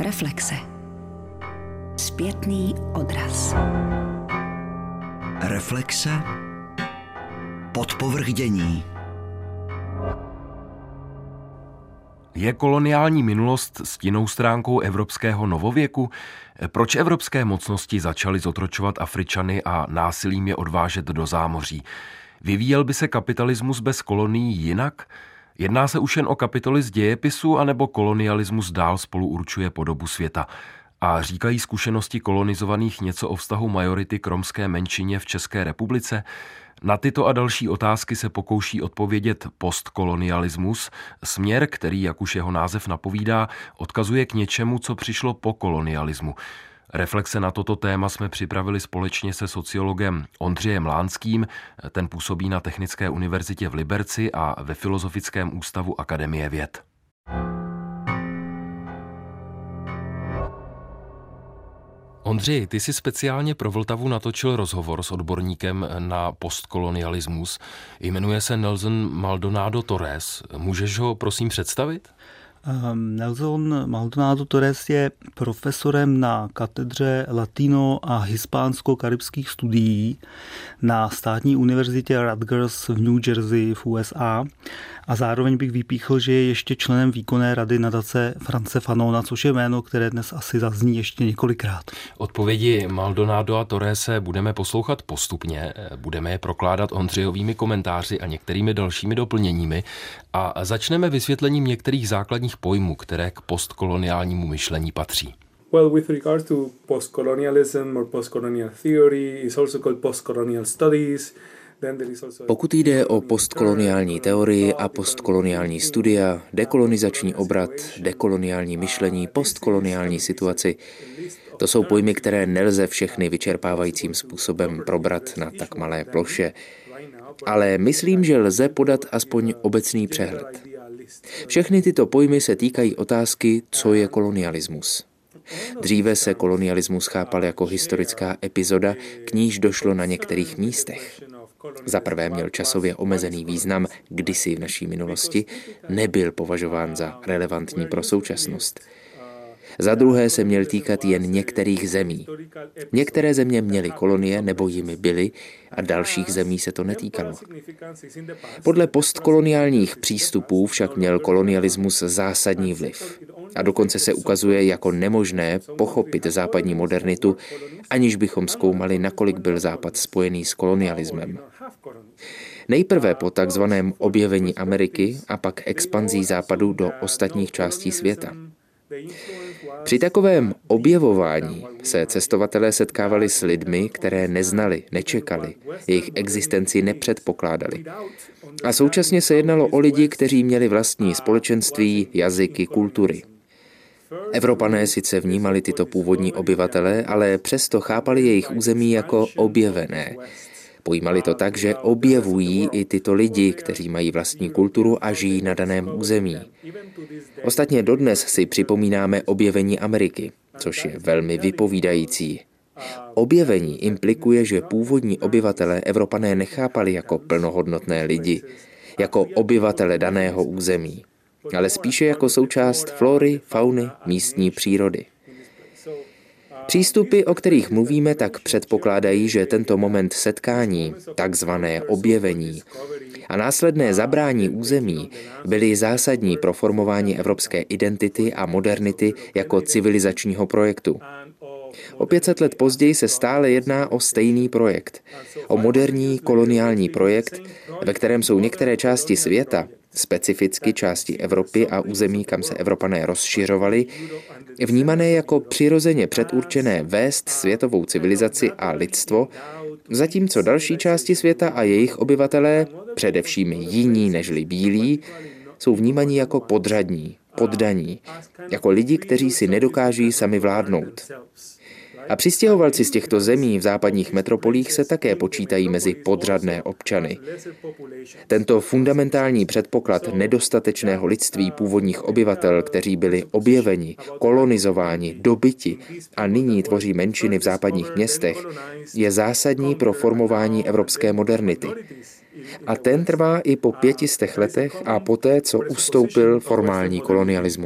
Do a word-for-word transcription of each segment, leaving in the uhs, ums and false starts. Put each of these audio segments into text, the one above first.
Reflexe. Zpětný odraz. Reflexe. Podpovrchdění. Je koloniální minulost stinnou stránkou evropského novověku? Proč evropské mocnosti začaly zotročovat Afričany a násilím je odvážet do zámoří? Vyvíjel by se kapitalismus bez kolonií jinak? Jedná se už jen o kapitoly z dějepisu, anebo kolonialismus dál spolu určuje podobu světa? A říkají zkušenosti kolonizovaných něco o vztahu majority k romské menšině v České republice? Na tyto a další otázky se pokouší odpovědět postkolonialismus, směr, který, jak už jeho název napovídá, odkazuje k něčemu, co přišlo po kolonialismu. Reflexe na toto téma jsme připravili společně se sociologem Ondřejem Lánským, ten působí na Technické univerzitě v Liberci a ve Filozofickém ústavu Akademie věd. Ondřej, ty jsi speciálně pro Vltavu natočil rozhovor s odborníkem na postkolonialismus. Jmenuje se Nelson Maldonado Torres. Můžeš ho prosím představit? Um, Nelson Maldonado Torres je profesorem na katedře latino- a hispánsko-karibských studií na státní univerzitě Rutgers v New Jersey v U S A a zároveň bych vypíchl, že je ještě členem výkonné rady nadace France Fanona, což je jméno, které dnes asi zazní ještě několikrát. Odpovědi Maldonado a Torrese budeme poslouchat postupně, budeme je prokládat Ondřejovými komentáři a některými dalšími doplněními a začneme vysvětlením některých základních pojmů, které k postkoloniálnímu myšlení patří. Well, with regard to postcolonialism or postcolonial theory, is also called postcolonial studies. Pokud jde o postkoloniální teorii a postkoloniální studia, dekolonizační obrat, dekoloniální myšlení, postkoloniální situaci, to jsou pojmy, které nelze všechny vyčerpávajícím způsobem probrat na tak malé ploše. Ale myslím, že lze podat aspoň obecný přehled. Všechny tyto pojmy se týkají otázky, co je kolonialismus. Dříve se kolonialismus chápal jako historická epizoda, k níž došlo na některých místech. Za prvé měl časově omezený význam kdysi v naší minulosti, nebyl považován za relevantní pro současnost. Za druhé se měl týkat jen některých zemí. Některé země měly kolonie nebo jimi byly a dalších zemí se to netýkalo. Podle postkoloniálních přístupů však měl kolonialismus zásadní vliv. A dokonce se ukazuje jako nemožné pochopit západní modernitu, aniž bychom zkoumali, nakolik byl Západ spojený s kolonialismem. Nejprve po takzvaném objevení Ameriky a pak expanzí Západu do ostatních částí světa. Při takovém objevování se cestovatelé setkávali s lidmi, které neznali, nečekali, jejich existenci nepředpokládali. A současně se jednalo o lidi, kteří měli vlastní společenství, jazyky, kultury. Evropané sice vnímali tyto původní obyvatele, ale přesto chápali jejich území jako objevené. Pojímali to tak, že objevují i tyto lidi, kteří mají vlastní kulturu a žijí na daném území. Ostatně dodnes si připomínáme objevení Ameriky, což je velmi vypovídající. Objevení implikuje, že původní obyvatelé Evropané nechápali jako plnohodnotné lidi, jako obyvatele daného území, ale spíše jako součást flory, fauny, místní přírody. Přístupy, o kterých mluvíme, tak předpokládají, že tento moment setkání, takzvané objevení a následné zabrání území byly zásadní pro formování evropské identity a modernity jako civilizačního projektu. O pět set let později se stále jedná o stejný projekt. O moderní koloniální projekt, ve kterém jsou některé části světa, specificky části Evropy a území, kam se Evropané rozšiřovali, vnímané jako přirozeně předurčené vést světovou civilizaci a lidstvo, zatímco další části světa a jejich obyvatelé, především jiní nežli bílí, jsou vnímaní jako podřadní, poddaní, jako lidi, kteří si nedokáží sami vládnout. A přistěhovalci z těchto zemí v západních metropolích se také počítají mezi podřadné občany. Tento fundamentální předpoklad nedostatečného lidství původních obyvatel, kteří byli objeveni, kolonizováni, dobyti a nyní tvoří menšiny v západních městech, je zásadní pro formování evropské modernity. A ten trvá i po pětistech letech a poté, co ustoupil formální kolonialismus.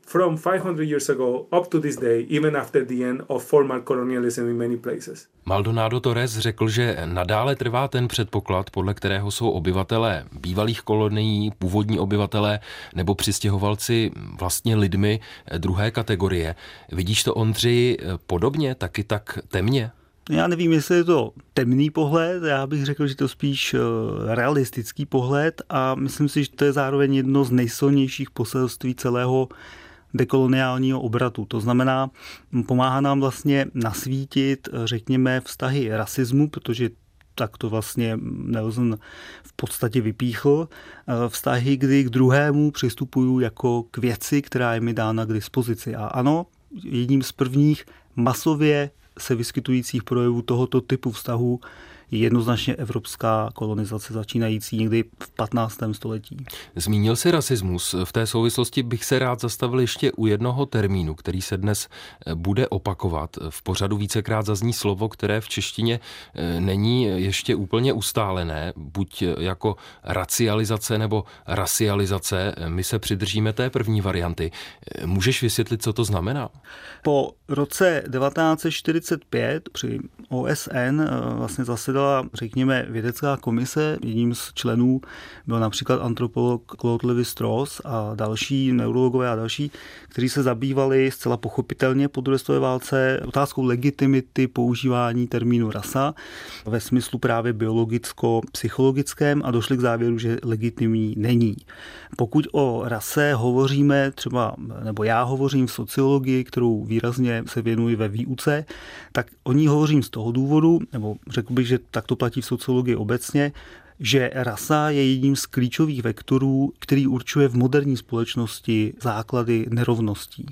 from five hundred years ago up to this day, even after the end of formal colonialism in many places. Maldonado Torres řekl, že nadále trvá ten předpoklad, podle kterého jsou obyvatelé bývalých kolonií, původní obyvatelé nebo přistěhovalci vlastně lidmi druhé kategorie. Vidíš to, Ondřej, podobně, taky tak temně? Já nevím, jestli je to temný pohled, já bych řekl, že to spíš realistický pohled a myslím si, že to je zároveň jedno z nejsilnějších poselství celého dekoloniálního obratu. To znamená, pomáhá nám vlastně nasvítit, řekněme, vztahy rasismu, protože tak to vlastně Nelson v podstatě vypíchl, vztahy, kdy k druhému přistupuju jako k věci, která je mi dána k dispozici. A ano, jedním z prvních masově se vyskytujících projevů tohoto typu vztahu je jednoznačně evropská kolonizace začínající někdy v patnáctém století. Zmínil jsi rasismus. V té souvislosti bych se rád zastavil ještě u jednoho termínu, který se dnes bude opakovat. V pořadu vícekrát zazní slovo, které v češtině není ještě úplně ustálené, buď jako racializace nebo rasializace. My se přidržíme té první varianty. Můžeš vysvětlit, co to znamená? Po roce devatenáct set čtyřicet pět při O S N vlastně zasedala, řekněme, vědecká komise. Jedním z členů byl například antropolog Claude Lévi-Strauss a další neurologové a další, kteří se zabývali zcela pochopitelně po druhé světové válce otázkou legitimity používání termínu rasa ve smyslu právě biologicko-psychologickém a došli k závěru, že legitimní není. Pokud o rase hovoříme třeba, nebo já hovořím v sociologii, kterou výrazně se věnuji ve výuce, tak o ní hovořím z toho důvodu, nebo řekl bych, že tak to platí v sociologii obecně, že rasa je jedním z klíčových vektorů, který určuje v moderní společnosti základy nerovností.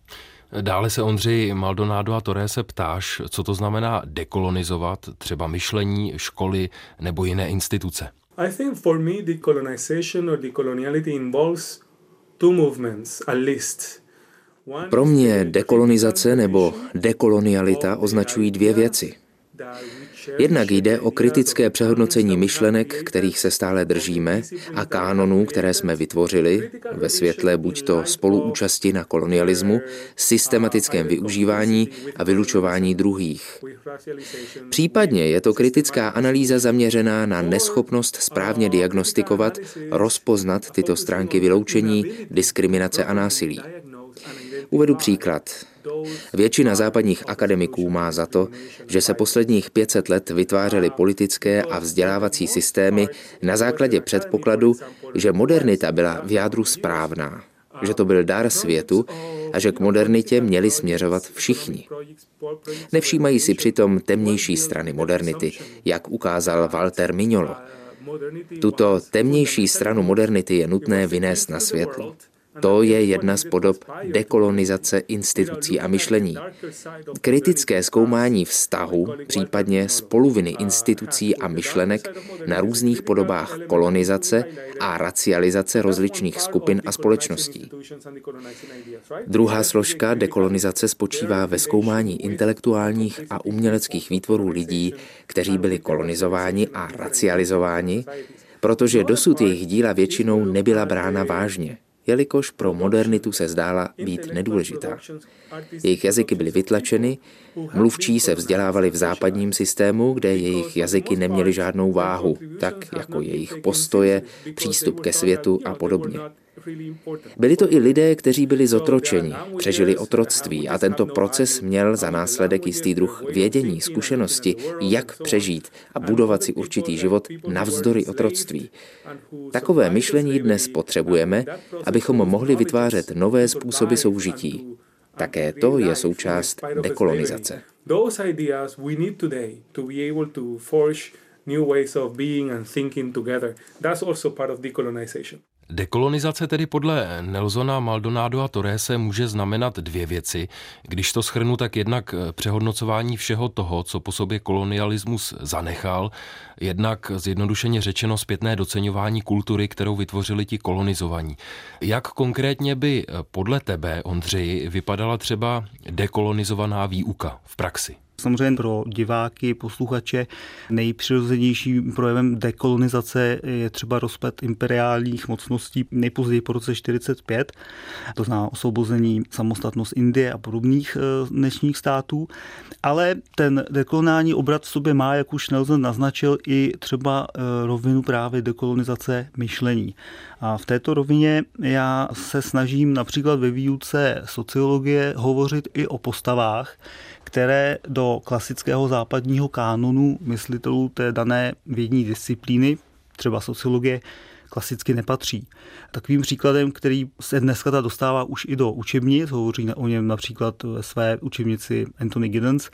Dále se, Ondřej, Maldonado a Torres se ptáš, co to znamená dekolonizovat třeba myšlení, školy nebo jiné instituce. I think for me decolonization or decoloniality involves two movements at least. Pro mě dekolonizace nebo dekolonialita označují dvě věci. Jednak jde o kritické přehodnocení myšlenek, kterých se stále držíme, a kánonů, které jsme vytvořili, ve světle buď to spoluúčasti na kolonialismu, systematickém využívání a vylučování druhých. Případně je to kritická analýza zaměřená na neschopnost správně diagnostikovat, rozpoznat tyto stránky vyloučení, diskriminace a násilí. Uvedu příklad. Většina západních akademiků má za to, že se posledních pět set let vytvářely politické a vzdělávací systémy na základě předpokladu, že modernita byla v jádru správná, že to byl dar světu a že k modernitě měli směřovat všichni. Nevšímají si přitom temnější strany modernity, jak ukázal Walter Mignolo. Tuto temnější stranu modernity je nutné vynést na světlo. To je jedna z podob dekolonizace institucí a myšlení. Kritické zkoumání vztahu, případně spoluviny institucí a myšlenek na různých podobách kolonizace a racializace rozličných skupin a společností. Druhá složka dekolonizace spočívá ve zkoumání intelektuálních a uměleckých výtvorů lidí, kteří byli kolonizováni a racializováni, protože dosud jejich díla většinou nebyla brána vážně, jelikož pro modernitu se zdála být nedůležitá. Jejich jazyky byly vytlačeny, mluvčí se vzdělávali v západním systému, kde jejich jazyky neměly žádnou váhu, tak jako jejich postoje, přístup ke světu a podobně. Byli to i lidé, kteří byli zotročeni, přežili otroctví a tento proces měl za následek jistý druh vědění, zkušenosti, jak přežít a budovat si určitý život navzdory otroctví. Takové myšlení dnes potřebujeme, abychom mohli vytvářet nové způsoby soužití. Také to je součást dekolonizace. New ways of being and thinking together. That's also part of decolonization. Dekolonizace tedy podle Nelsona, Maldonado a Torrese může znamenat dvě věci. Když to shrnu, tak jednak přehodnocování všeho toho, co po sobě kolonialismus zanechal, jednak zjednodušeně řečeno zpětné doceňování kultury, kterou vytvořili ti kolonizovaní. Jak konkrétně by podle tebe, Ondřeji, vypadala třeba dekolonizovaná výuka v praxi? Samozřejmě pro diváky, posluchače nejpřirozenějším projevem dekolonizace je třeba rozpad imperiálních mocností nejpozději po roce čtyřicet pět, to znamená osvobození, samostatnost Indie a podobných dnešních států, ale ten dekoloniální obrat v sobě má, jak už Nelson naznačil, i třeba rovinu právě dekolonizace myšlení. A v této rovině já se snažím například ve výuce sociologie hovořit i o postavách, které do klasického západního kánonu myslitelů té dané vědní disciplíny, třeba sociologie, klasicky nepatří. Takovým příkladem, který se dneska dostává už i do učebnic, hovoří o něm například ve své učebnici Anthony Giddens,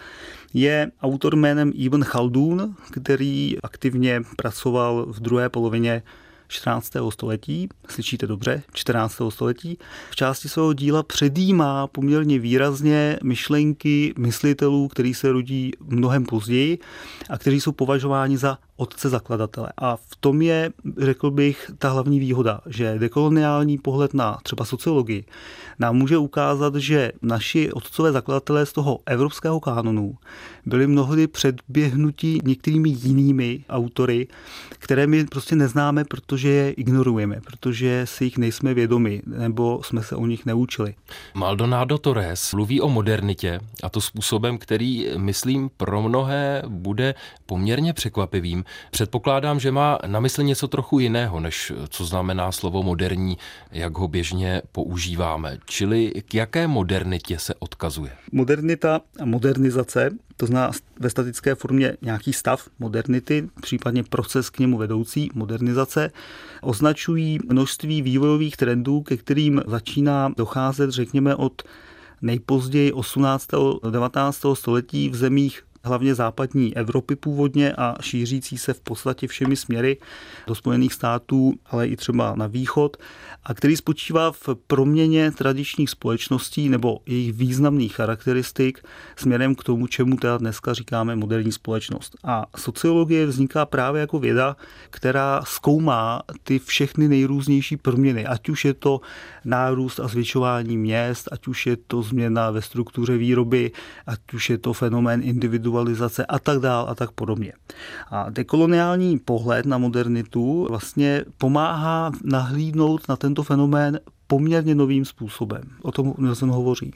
je autor jménem Ibn Chaldún, který aktivně pracoval v druhé polovině čtrnáctého století, slyšíte dobře, čtrnáctého století. V části svého díla předjímá poměrně výrazně myšlenky myslitelů, který se rodí mnohem později a kteří jsou považováni za otce zakladatele. A v tom je, řekl bych, ta hlavní výhoda, že dekoloniální pohled na třeba sociologii nám může ukázat, že naši otcové zakladatelé z toho evropského kánonu byli mnohdy předběhnutí některými jinými autory, které my prostě neznáme, protože je ignorujeme, protože si jich nejsme vědomi, nebo jsme se o nich neučili. Maldonado Torres mluví o modernitě, a to způsobem, který, myslím, pro mnohé bude poměrně překvapivým. Předpokládám, že má na mysli něco trochu jiného, než co znamená slovo moderní, jak ho běžně používáme. Čili k jaké modernitě se odkazuje? Modernita a modernizace, to znamená ve statické formě nějaký stav modernity, případně proces k němu vedoucí modernizace, označují množství vývojových trendů, ke kterým začíná docházet, řekněme, od nejpozději osmnáctého devatenáctého století v zemích hlavně západní Evropy původně a šířící se v podstatě všemi směry do Spojených států, ale i třeba na východ, a který spočívá v proměně tradičních společností nebo jejich významných charakteristik směrem k tomu, čemu teda dneska říkáme moderní společnost. A sociologie vzniká právě jako věda, která zkoumá ty všechny nejrůznější proměny, ať už je to nárůst a zvětšování měst, ať už je to změna ve struktuře výroby, ať už je to fenomén individualizace a tak dál a tak podobně. A dekoloniální pohled na modernitu vlastně pomáhá nahlídnout na tento fenomén poměrně novým způsobem. O tom Nelson hovoří.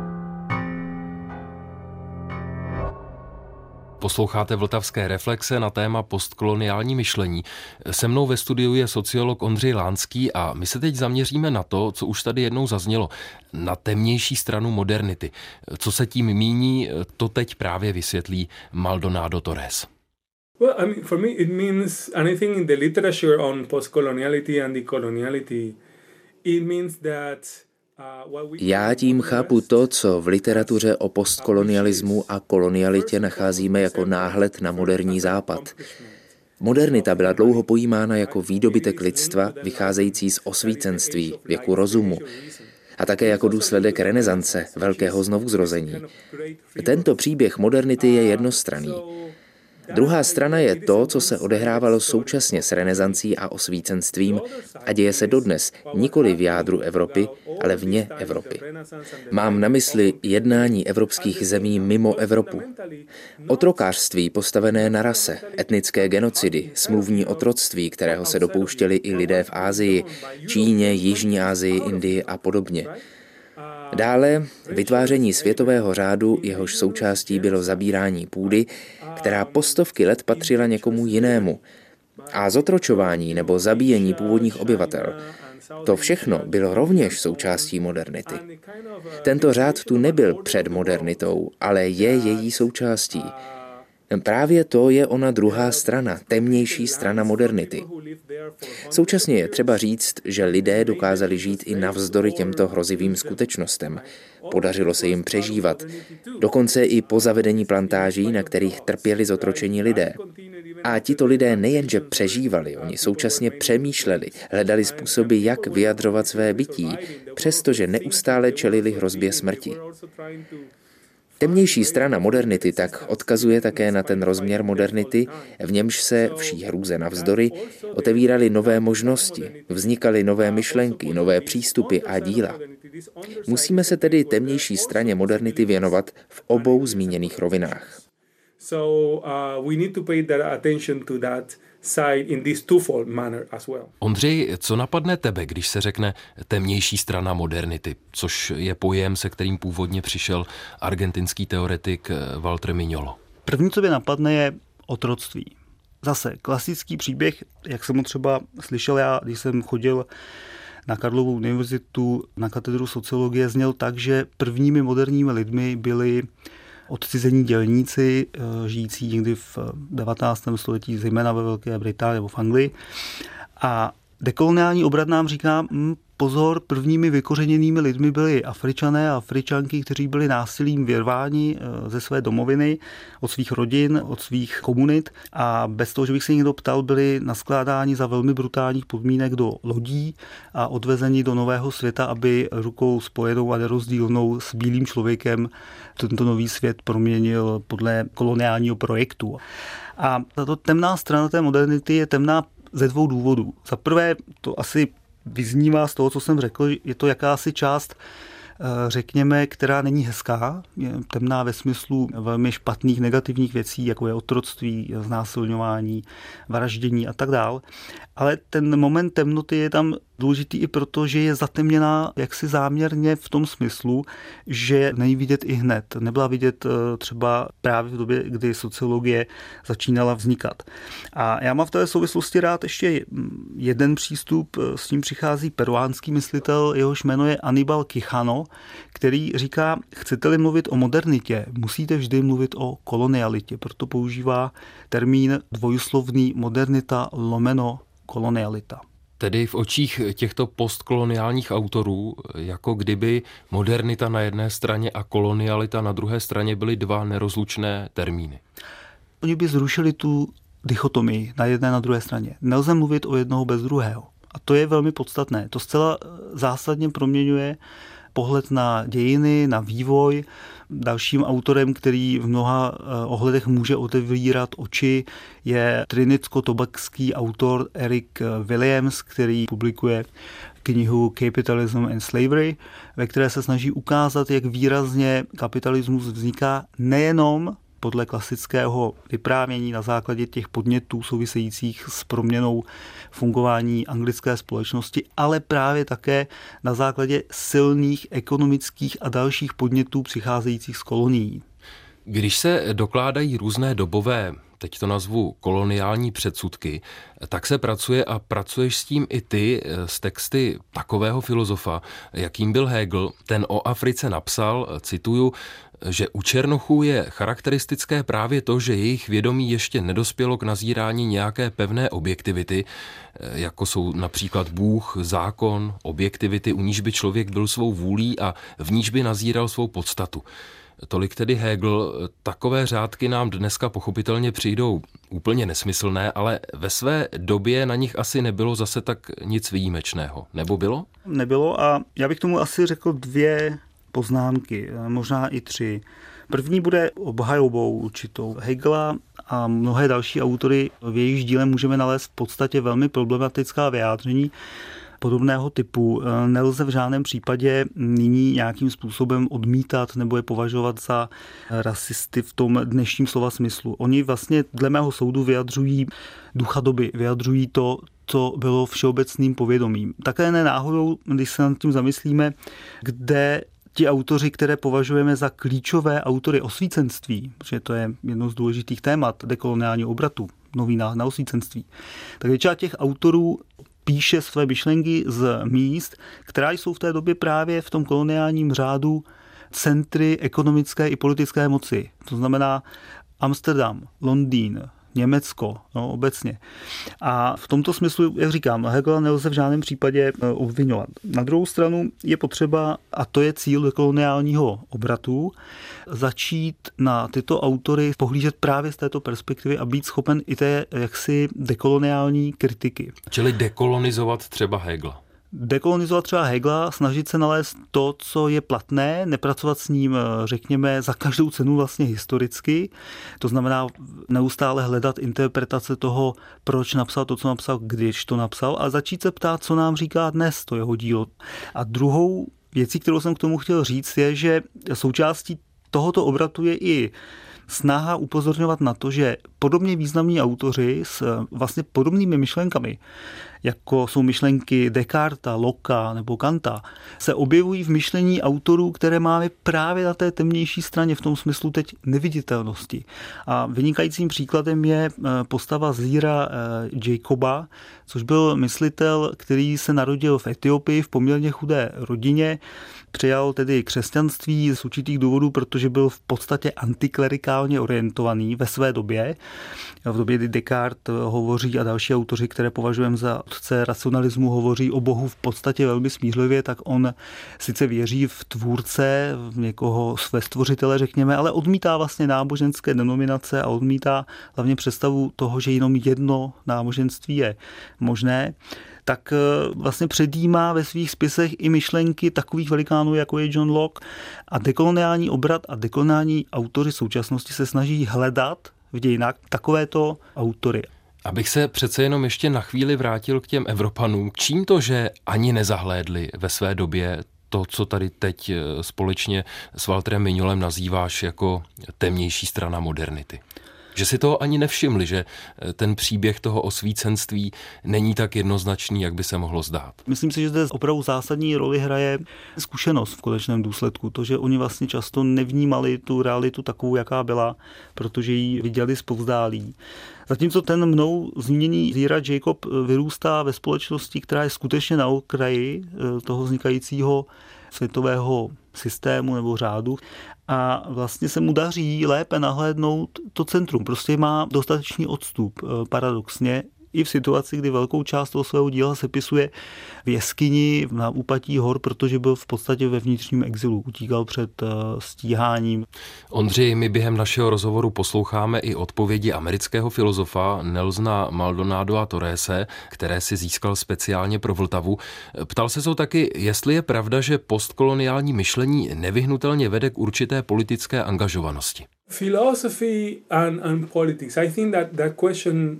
Posloucháte Vltavské reflexe na téma postkoloniální myšlení. Se mnou ve studiu je sociolog Ondřej Lánský a my se teď zaměříme na to, co už tady jednou zaznělo, na temnější stranu modernity. Co se tím míní, to teď právě vysvětlí Maldonado Torres. Well, I mean, for me it means anything in the literature on postcoloniality and decoloniality. It means that Já tím chápu to, co v literatuře o postkolonialismu a kolonialitě nacházíme jako náhled na moderní západ. Modernita byla dlouho pojímána jako výdobytek lidstva vycházející z osvícenství, věku rozumu, a také jako důsledek renesance, velkého znovuzrození. Tento příběh modernity je jednostranný. Druhá strana je to, co se odehrávalo současně s renesancí a osvícenstvím a děje se dodnes, nikoli v jádru Evropy, ale vně Evropy. Mám na mysli jednání evropských zemí mimo Evropu. Otrokářství postavené na rase, etnické genocidy, smluvní otroctví, kterého se dopouštěli i lidé v Asii, Číně, Jižní Asii, Indii a podobně. Dále vytváření světového řádu, jehož součástí bylo zabírání půdy, která po stovky let patřila někomu jinému, a zotročování nebo zabíjení původních obyvatel. To všechno bylo rovněž součástí modernity. Tento řád tu nebyl před modernitou, ale je její součástí. Právě to je ona druhá strana, temnější strana modernity. Současně je třeba říct, že lidé dokázali žít i navzdory těmto hrozivým skutečnostem. Podařilo se jim přežívat. Dokonce i po zavedení plantáží, na kterých trpěli zotročení lidé. A tito lidé nejenže přežívali, oni současně přemýšleli, hledali způsoby, jak vyjadřovat své bytí, přestože neustále čelili hrozbě smrti. Temnější strana modernity tak odkazuje také na ten rozměr modernity, v němž se vší hrůze navzdory otevíraly nové možnosti, vznikaly nové myšlenky, nové přístupy a díla. Musíme se tedy temnější straně modernity věnovat v obou zmíněných rovinách. So uh, we need to pay that attention to that side in this twofold manner as well. Ondřej, co napadne tebe, když se řekne temnější strana modernity, což je pojem, se kterým původně přišel argentinský teoretik Walter Mignolo? První, co mě napadne, je otroctví. Zase klasický příběh, jak jsem ho třeba slyšel já, když jsem chodil na Karlovu univerzitu na katedru sociologie, zněl tak, že prvními moderními lidmi byli odcizení dělníci, žijící někdy v devatenáctém století, zejména ve Velké Británii nebo v Anglii. A dekoloniální obrat nám říká, hm, pozor, prvními vykořeněnými lidmi byli Afričané a Afričanky, kteří byli násilím vyrváni ze své domoviny, od svých rodin, od svých komunit a bez toho, že bych se někdo ptal, byli naskládáni za velmi brutálních podmínek do lodí a odvezeni do nového světa, aby rukou spojenou a nerozdílnou s bílým člověkem tento nový svět proměnil podle koloniálního projektu. A tato temná strana té modernity je temná ze dvou důvodů. Za prvé, to asi vyznívá z toho, co jsem řekl, je to jakási část, řekněme, která není hezká, je temná ve smyslu velmi špatných negativních věcí, jako je otroctví, znásilňování, vraždění a tak dál. Ale ten moment temnoty je tam důležitý i proto, že je zatemněná jaksi záměrně v tom smyslu, že není vidět i hned. Nebyla vidět třeba právě v době, kdy sociologie začínala vznikat. A já mám v té souvislosti rád ještě jeden přístup, s ním přichází peruánský myslitel, jehož jméno je Aníbal Quijano, který říká, chcete-li mluvit o modernitě, musíte vždy mluvit o kolonialitě. Proto používá termín dvojslovný modernita lomeno kolonialita. Tedy v očích těchto postkoloniálních autorů, jako kdyby modernita na jedné straně a kolonialita na druhé straně byly dva nerozlučné termíny. Oni by zrušili tu dichotomii na jedné a na druhé straně. Nelze mluvit o jednoho bez druhého. A to je velmi podstatné. To zcela zásadně proměňuje pohled na dějiny, na vývoj. Dalším autorem, který v mnoha ohledech může otevírat oči, je trinidsko-tobakský autor Eric Williams, který publikuje knihu Capitalism and Slavery, ve které se snaží ukázat, jak výrazně kapitalismus vzniká nejenom podle klasického vyprávění na základě těch podnětů souvisejících s proměnou fungování anglické společnosti, ale právě také na základě silných ekonomických a dalších podnětů přicházejících z kolonií. Když se dokládají různé dobové, teď to nazvu koloniální předsudky, tak se pracuje a pracuješ s tím i ty z texty takového filozofa, jakým byl Hegel. Ten o Africe napsal, cituju, že u Černochů je charakteristické právě to, že jejich vědomí ještě nedospělo k nazírání nějaké pevné objektivity, jako jsou například Bůh, zákon, objektivity, u níž by člověk byl svou vůlí a v níž by nazíral svou podstatu. Tolik tedy Hegel. Takové řádky nám dneska pochopitelně přijdou úplně nesmyslné, ale ve své době na nich asi nebylo zase tak nic výjimečného. Nebo bylo? Nebylo a já bych tomu asi řekl dvě poznámky, možná i tři. První bude obhajobou určitou Hegela a mnohé další autory, v jejich díle můžeme nalézt v podstatě velmi problematická vyjádření podobného typu. Nelze v žádném případě nyní nějakým způsobem odmítat nebo je považovat za rasisty v tom dnešním slova smyslu. Oni vlastně dle mého soudu vyjadřují ducha doby, vyjadřují to, co bylo všeobecným povědomím. Také ne náhodou, když se nad tím zamyslíme, kde ti autoři, které považujeme za klíčové autory osvícenství, protože to je jedno z důležitých témat dekoloniálního obratu, nový na osvícenství, tak většina těch autorů píše své myšlenky z míst, která jsou v té době právě v tom koloniálním řádu centry ekonomické i politické moci. To znamená Amsterdam, Londýn, Německo, no, obecně. A v tomto smyslu, jak říkám, Hegela nelze v žádném případě obvinovat. Na druhou stranu je potřeba, a to je cíl dekoloniálního obratu, začít na tyto autory pohlížet právě z této perspektivy a být schopen i té jaksi dekoloniální kritiky. Čili dekolonizovat třeba Hegela. Dekolonizovat třeba Hegela, snažit se nalézt to, co je platné, nepracovat s ním, řekněme, za každou cenu vlastně historicky. To znamená neustále hledat interpretace toho, proč napsal to, co napsal, když to napsal, a začít se ptát, co nám říká dnes to jeho dílo. A druhou věcí, kterou jsem k tomu chtěl říct, je, že součástí tohoto obratu je i snaha upozorňovat na to, že podobně významní autoři s vlastně podobnými myšlenkami, jako jsou myšlenky Descartesa, Locka nebo Kanta, se objevují v myšlení autorů, které máme právě na té temnější straně, v tom smyslu teď neviditelnosti. A vynikajícím příkladem je postava Zíra Jacoba, což byl myslitel, který se narodil v Etiopii v poměrně chudé rodině, přijal tedy křesťanství z určitých důvodů, protože byl v podstatě antiklerikálně orientovaný ve své době. V době, kdy Descartes hovoří a další autoři, které považujeme za otce racionalismu, hovoří o Bohu v podstatě velmi smířlivě, tak on sice věří v tvůrce, v někoho své stvořitele, řekněme, ale odmítá vlastně náboženské denominace a odmítá hlavně představu toho, že jenom jedno náboženství je možné. Tak vlastně předjímá ve svých spisech i myšlenky takových velikánů, jako je John Locke. A dekoloniální obrat a dekoloniální autoři současnosti se snaží hledat v dějinách takovéto autory. Abych se přece jenom ještě na chvíli vrátil k těm Evropanům. Čím to, že ani nezahlédli ve své době to, co tady teď společně s Walterem Mignolem nazýváš jako temnější strana modernity? Že si toho ani nevšimli, že ten příběh toho osvícenství není tak jednoznačný, jak by se mohlo zdát. Myslím si, že zde opravdu zásadní roli hraje zkušenost v konečném důsledku. To, že oni vlastně často nevnímali tu realitu takovou, jaká byla, protože ji viděli zpovzdálí. Zatímco ten mnou zmíněný Zíra Jacob vyrůstá ve společnosti, která je skutečně na okraji toho vznikajícího světového systému nebo řádu a vlastně se mu daří lépe nahlédnout to centrum. Prostě má dostatečný odstup paradoxně i v situaci, kdy velkou část toho svého díla sepisuje v jeskyni na úpatí hor, protože byl v podstatě ve vnitřním exilu, utíkal před stíháním. Ondřej, my během našeho rozhovoru posloucháme i odpovědi amerického filozofa Nelsona Maldonadoa Torrese, které si získal speciálně pro Vltavu. Ptal se to taky, jestli je pravda, že postkoloniální myšlení nevyhnutelně vede k určité politické angažovanosti. Philosophy and, and politics. I think that that question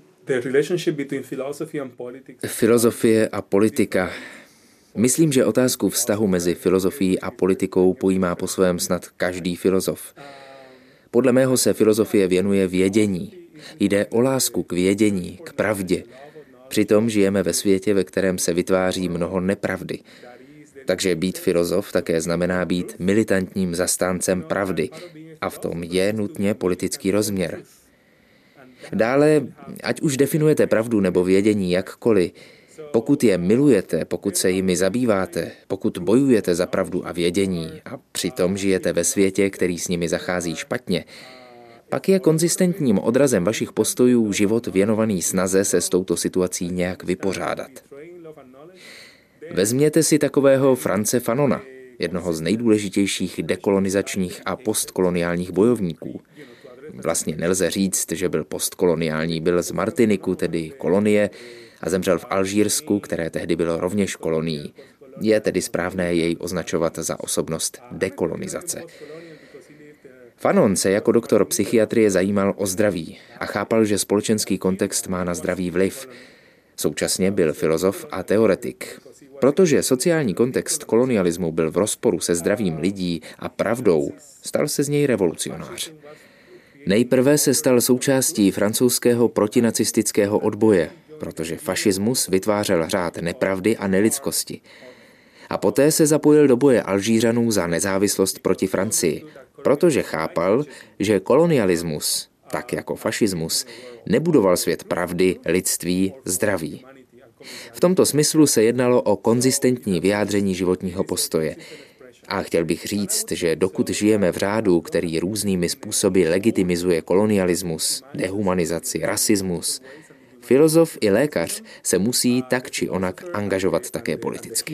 Filozofie a politika. Myslím, že otázku vztahu mezi filozofií a politikou pojímá po svém snad každý filozof. Podle mého se filozofie věnuje vědění. Jde o lásku k vědění, k pravdě. Přitom žijeme ve světě, ve kterém se vytváří mnoho nepravdy. Takže být filozof také znamená být militantním zastáncem pravdy. A v tom je nutně politický rozměr. Dále, ať už definujete pravdu nebo vědění jakkoliv, pokud je milujete, pokud se jimi zabýváte, pokud bojujete za pravdu a vědění a přitom žijete ve světě, který s nimi zachází špatně, pak je konzistentním odrazem vašich postojů život věnovaný snaze se s touto situací nějak vypořádat. Vezměte si takového France Fanona, jednoho z nejdůležitějších dekolonizačních a postkoloniálních bojovníků. Vlastně nelze říct, že byl postkoloniální, byl z Martiniku, tedy kolonie, a zemřel v Alžírsku, které tehdy bylo rovněž kolonií. Je tedy správné jej označovat za osobnost dekolonizace. Fanon se jako doktor psychiatrie zajímal o zdraví a chápal, že společenský kontext má na zdraví vliv. Současně byl filozof a teoretik. Protože sociální kontext kolonialismu byl v rozporu se zdravím lidí a pravdou, stal se z něj revolucionář. Nejprve se stal součástí francouzského protinacistického odboje, protože fašismus vytvářel řád nepravdy a nelidskosti. A poté se zapojil do boje Alžířanů za nezávislost proti Francii, protože chápal, že kolonialismus, tak jako fašismus, nebudoval svět pravdy, lidství, zdraví. V tomto smyslu se jednalo o konzistentní vyjádření životního postoje. A chtěl bych říct, že dokud žijeme v řádu, který různými způsoby legitimizuje kolonialismus, dehumanizaci, rasismus, filozof i lékař se musí tak či onak angažovat také politicky.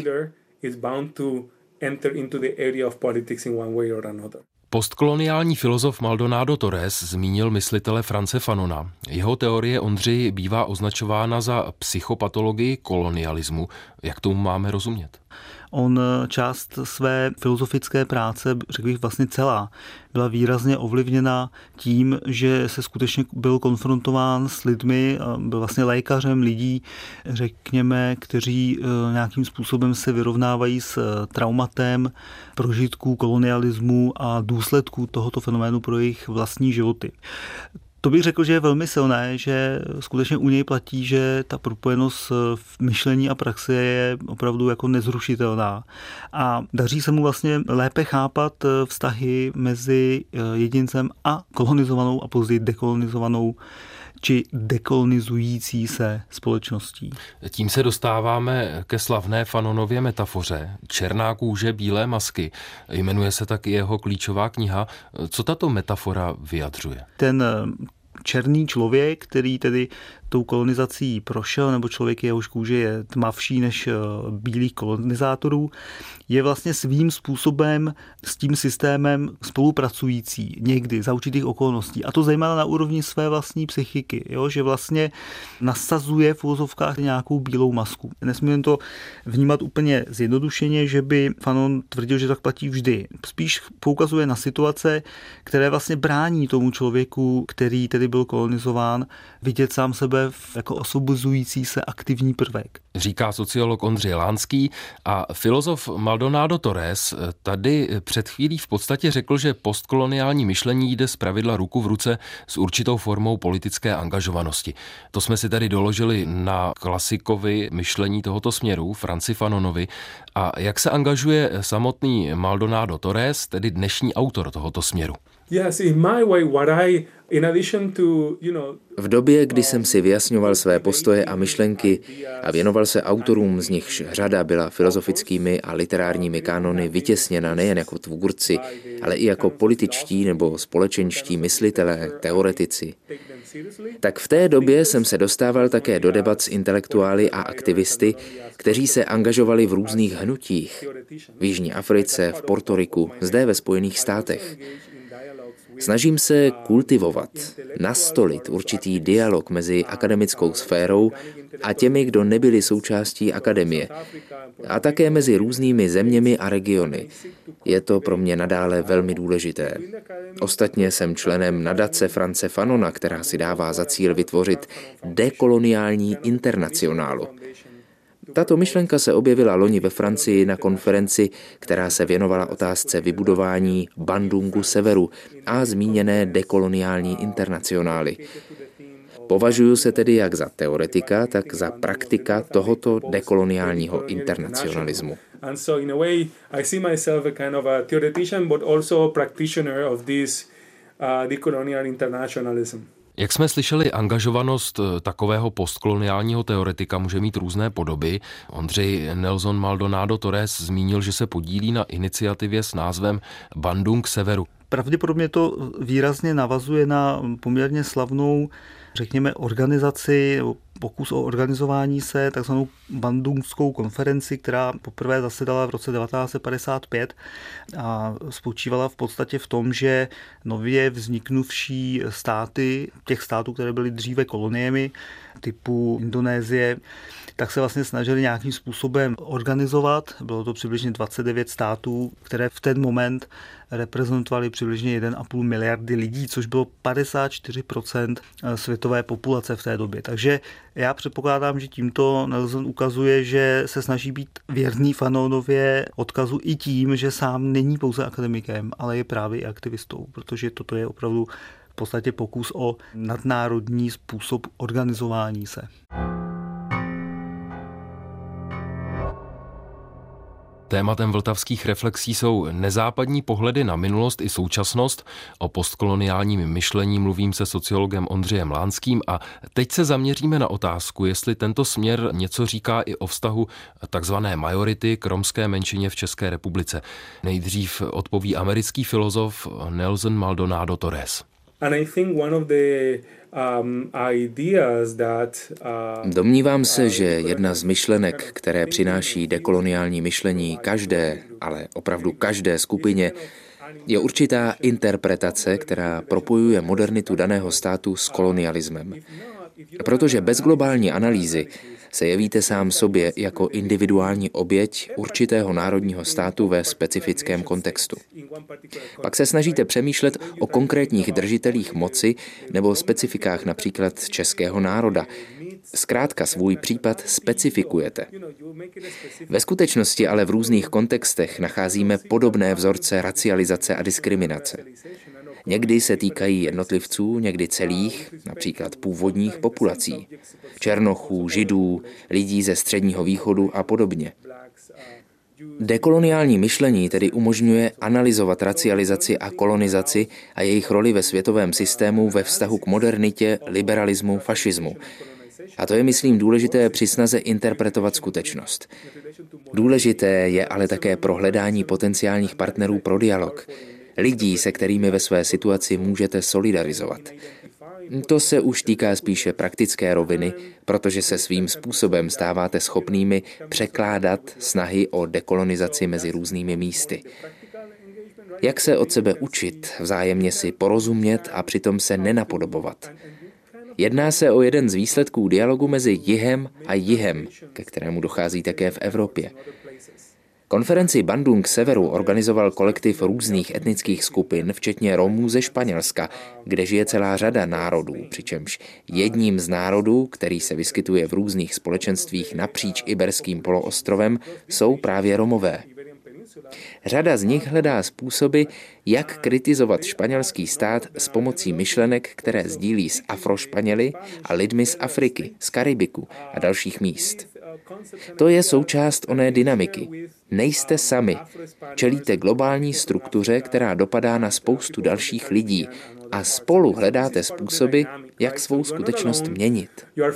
Postkoloniální filozof Maldonado Torres zmínil myslitele France Fanona. Jeho teorie, Ondřej, bývá označována za psychopatologii kolonialismu. Jak tomu máme rozumět? On část své filozofické práce, řekl bych vlastně celá, byla výrazně ovlivněna tím, že se skutečně byl konfrontován s lidmi, byl vlastně lékařem lidí, řekněme, kteří nějakým způsobem se vyrovnávají s traumatem prožitků kolonialismu a důsledků tohoto fenoménu pro jejich vlastní životy. To bych řekl, že je velmi silné, že skutečně u něj platí, že ta propojenost v myšlení a praxi je opravdu jako nezrušitelná. A daří se mu vlastně lépe chápat vztahy mezi jedincem a kolonizovanou a později dekolonizovanou či dekolonizující se společností. Tím se dostáváme ke slavné Fanonově metafoře černá kůže, bílé masky. Jmenuje se tak i jeho klíčová kniha. Co tato metafora vyjadřuje? Ten černý člověk, který tedy tou kolonizací prošel, nebo člověk, jehož kůže je tmavší než bílých kolonizátorů, je vlastně svým způsobem s tím systémem spolupracující někdy za určitých okolností. A to zejména na úrovni své vlastní psychiky, jo? Že vlastně nasazuje v uvozovkách nějakou bílou masku. Nesmíme to vnímat úplně zjednodušeně, že by Fanon tvrdil, že tak platí vždy. Spíš poukazuje na situace, které vlastně brání tomu člověku, který tedy byl kolonizován, vidět sám sebe jako osvobozující se aktivní prvek. Říká sociolog Ondřej Lánský a filozof Maldonado Torres tady před chvílí v podstatě řekl, že postkoloniální myšlení jde zpravidla ruku v ruce s určitou formou politické angažovanosti. To jsme si tady doložili na klasikovi myšlení tohoto směru, Franci Fanonovi. A jak se angažuje samotný Maldonado Torres, tedy dnešní autor tohoto směru? Yes, in my way, what I, in addition to, you know, v době, kdy jsem si vyjasňoval své postoje a myšlenky a věnoval se autorům, z nichž řada byla filozofickými a literárními kánony vytěsněna nejen jako tvůrci, ale i jako političtí nebo společenští myslitelé, teoretici, tak v té době jsem se dostával také do debat s intelektuály a aktivisty, kteří se angažovali v různých hnutích v Jižní Africe, v Portoriku, zde ve Spojených státech. Snažím se kultivovat, nastolit určitý dialog mezi akademickou sférou a těmi, kdo nebyli součástí akademie, a také mezi různými zeměmi a regiony. Je to pro mě nadále velmi důležité. Ostatně jsem členem nadace France Fanona, která si dává za cíl vytvořit dekoloniální internacionálu. Tato myšlenka se objevila loni ve Francii na konferenci, která se věnovala otázce vybudování Bandungu severu a zmíněné dekoloniální internacionály. Považuji se tedy jak za teoretika, tak za praktika tohoto dekoloniálního internacionalismu. And so in a way I see myself a kind of a theoretician but also a practitioner of this uh, decolonial internationalism. Jak jsme slyšeli, angažovanost takového postkoloniálního teoretika může mít různé podoby. Ondřej Nelson Maldonado Torres zmínil, že se podílí na iniciativě s názvem Bandung severu. Pravděpodobně to výrazně navazuje na poměrně slavnou, řekněme, organizaci, pokus o organizování se, takzvanou Bandungskou konferenci, která poprvé zasedala v roce devatenáct set padesát pět a spočívala v podstatě v tom, že nově vzniknuvší státy, těch států, které byly dříve koloniemi, typu Indonésie, tak se vlastně snažili nějakým způsobem organizovat. Bylo to přibližně dvacet devět států, které v ten moment reprezentovali přibližně jedna a půl miliardy lidí, což bylo padesát čtyři procent světové populace v té době. Takže já předpokládám, že tímto Nelson ukazuje, že se snaží být věrný Fanonově odkazu i tím, že sám není pouze akademikem, ale je právě i aktivistou, protože toto je opravdu v podstatě pokus o nadnárodní způsob organizování se. Tématem vltavských reflexí jsou nezápadní pohledy na minulost i současnost. O postkoloniálním myšlení mluvím se sociologem Ondřejem Lánským a teď se zaměříme na otázku, jestli tento směr něco říká i o vztahu takzvané majority k romské menšině v České republice. Nejdřív odpoví americký filozof Nelson Maldonado Torres. And I think one of the um, ideas that uh, Domnívám se, že jedna z myšlenek, které přináší dekoloniální myšlení každé, ale opravdu každé skupině, je určitá interpretace, která propojuje modernitu daného státu s kolonialismem. Protože bez globální analýzy se jevíte sám sobě jako individuální oběť určitého národního státu ve specifickém kontextu. Pak se snažíte přemýšlet o konkrétních držitelích moci nebo specifikách například českého národa. Zkrátka svůj případ specifikujete. Ve skutečnosti ale v různých kontextech nacházíme podobné vzorce racializace a diskriminace. Někdy se týkají jednotlivců, někdy celých, například původních populací, černochů, židů, lidí ze Středního východu a podobně. Dekoloniální myšlení tedy umožňuje analyzovat racializaci a kolonizaci a jejich roli ve světovém systému ve vztahu k modernitě, liberalismu, fašismu. A to je, myslím, důležité při snaze interpretovat skutečnost. Důležité je ale také pro hledání potenciálních partnerů pro dialog, lidí, se kterými ve své situaci můžete solidarizovat. To se už týká spíše praktické roviny, protože se svým způsobem stáváte schopnými překládat snahy o dekolonizaci mezi různými místy. Jak se od sebe učit, vzájemně si porozumět a přitom se nenapodobovat. Jedná se o jeden z výsledků dialogu mezi jihem a jihem, ke kterému dochází také v Evropě. Konferenci Bandung Severu organizoval kolektiv různých etnických skupin, včetně Romů ze Španělska, kde žije celá řada národů, přičemž jedním z národů, který se vyskytuje v různých společenstvích napříč Iberským poloostrovem, jsou právě Romové. Řada z nich hledá způsoby, jak kritizovat španělský stát s pomocí myšlenek, které sdílí s Afrošpaněli a lidmi z Afriky, z Karibiku a dalších míst. To je součást oné dynamiky. Nejste sami. Čelíte globální struktuře, která dopadá na spoustu dalších lidí a spolu hledáte způsoby, jak svou skutečnost měnit.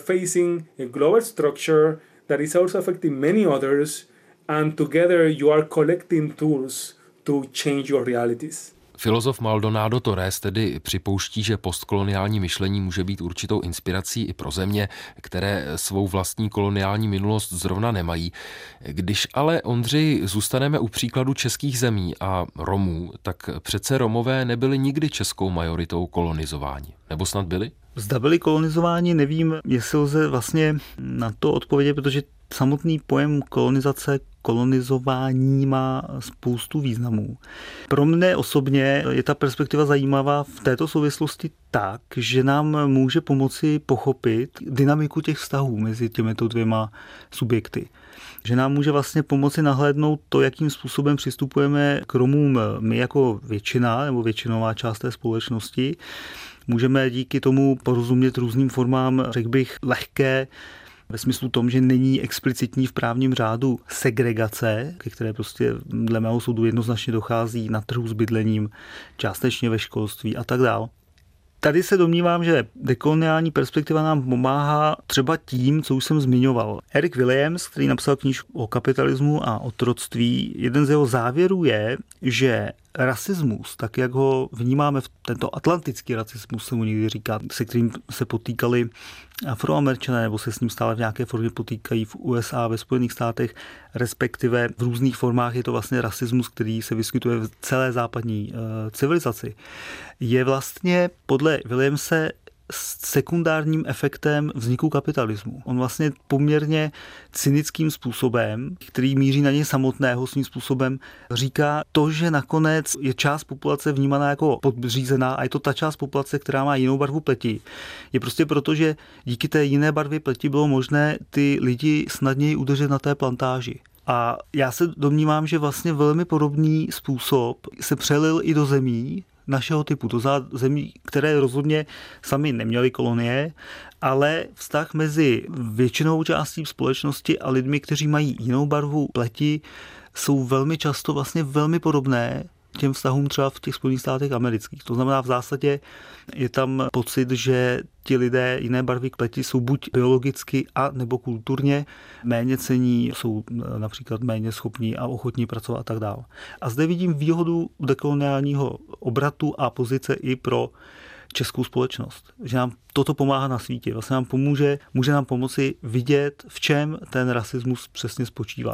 And together you are collecting tools to change your realities. Filozof Maldonado Torres tedy připouští, že postkoloniální myšlení může být určitou inspirací i pro země, které svou vlastní koloniální minulost zrovna nemají. Když ale, Ondřej, zůstaneme u příkladu českých zemí a Romů, tak přece Romové nebyli nikdy českou majoritou kolonizováni. Nebo snad byli? Zda byli kolonizováni, nevím, jestli lze vlastně na to odpovědět, protože samotný pojem kolonizace, kolonizování má spoustu významů. Pro mne osobně je ta perspektiva zajímavá v této souvislosti tak, že nám může pomoci pochopit dynamiku těch vztahů mezi těmito dvěma subjekty. Že nám může vlastně pomoci nahlédnout to, jakým způsobem přistupujeme k Romům my jako většina nebo většinová část té společnosti. Můžeme díky tomu porozumět různým formám, řekl bych, lehké, ve smyslu tom, že není explicitní v právním řádu segregace, ke které prostě dle mého soudu jednoznačně dochází na trhu s bydlením, částečně ve školství a tak dále. Tady se domnívám, že dekoloniální perspektiva nám pomáhá třeba tím, co už jsem zmiňoval. Eric Williams, který napsal knížku o kapitalismu a otroctví, jeden z jeho závěrů je, že rasismus, tak jak ho vnímáme, v tento atlantický rasismus se mu někdy říká, se kterým se potýkali Afroameričané, nebo se s ním stále v nějaké formě potýkají v U S A, ve Spojených státech, respektive v různých formách je to vlastně rasismus, který se vyskytuje v celé západní uh, civilizaci, je vlastně podle Williamse sekundárním efektem vzniku kapitalismu. On vlastně poměrně cynickým způsobem, který míří na něj samotného svým způsobem, říká to, že nakonec je část populace vnímaná jako podřízená a je to ta část populace, která má jinou barvu pleti. Je prostě proto, že díky té jiné barvě pleti bylo možné ty lidi snadněji udržet na té plantáži. A já se domnívám, že vlastně velmi podobný způsob se přelil i do zemí našeho typu, do zemí, které rozhodně sami neměly kolonie, ale vztah mezi většinou částí společnosti a lidmi, kteří mají jinou barvu pleti, jsou velmi často vlastně velmi podobné těm vztahům třeba v těch Spojených státech amerických. To znamená, v zásadě je tam pocit, že ti lidé jiné barvy pleti jsou buď biologicky a nebo kulturně méně cení, jsou například méně schopní a ochotní pracovat a tak dále. A zde vidím výhodu dekoloniálního obratu a pozice i pro českou společnost. Že nám toto pomáhá na světě. Vlastně nám pomůže, může nám pomoci vidět, v čem ten rasismus přesně spočívá.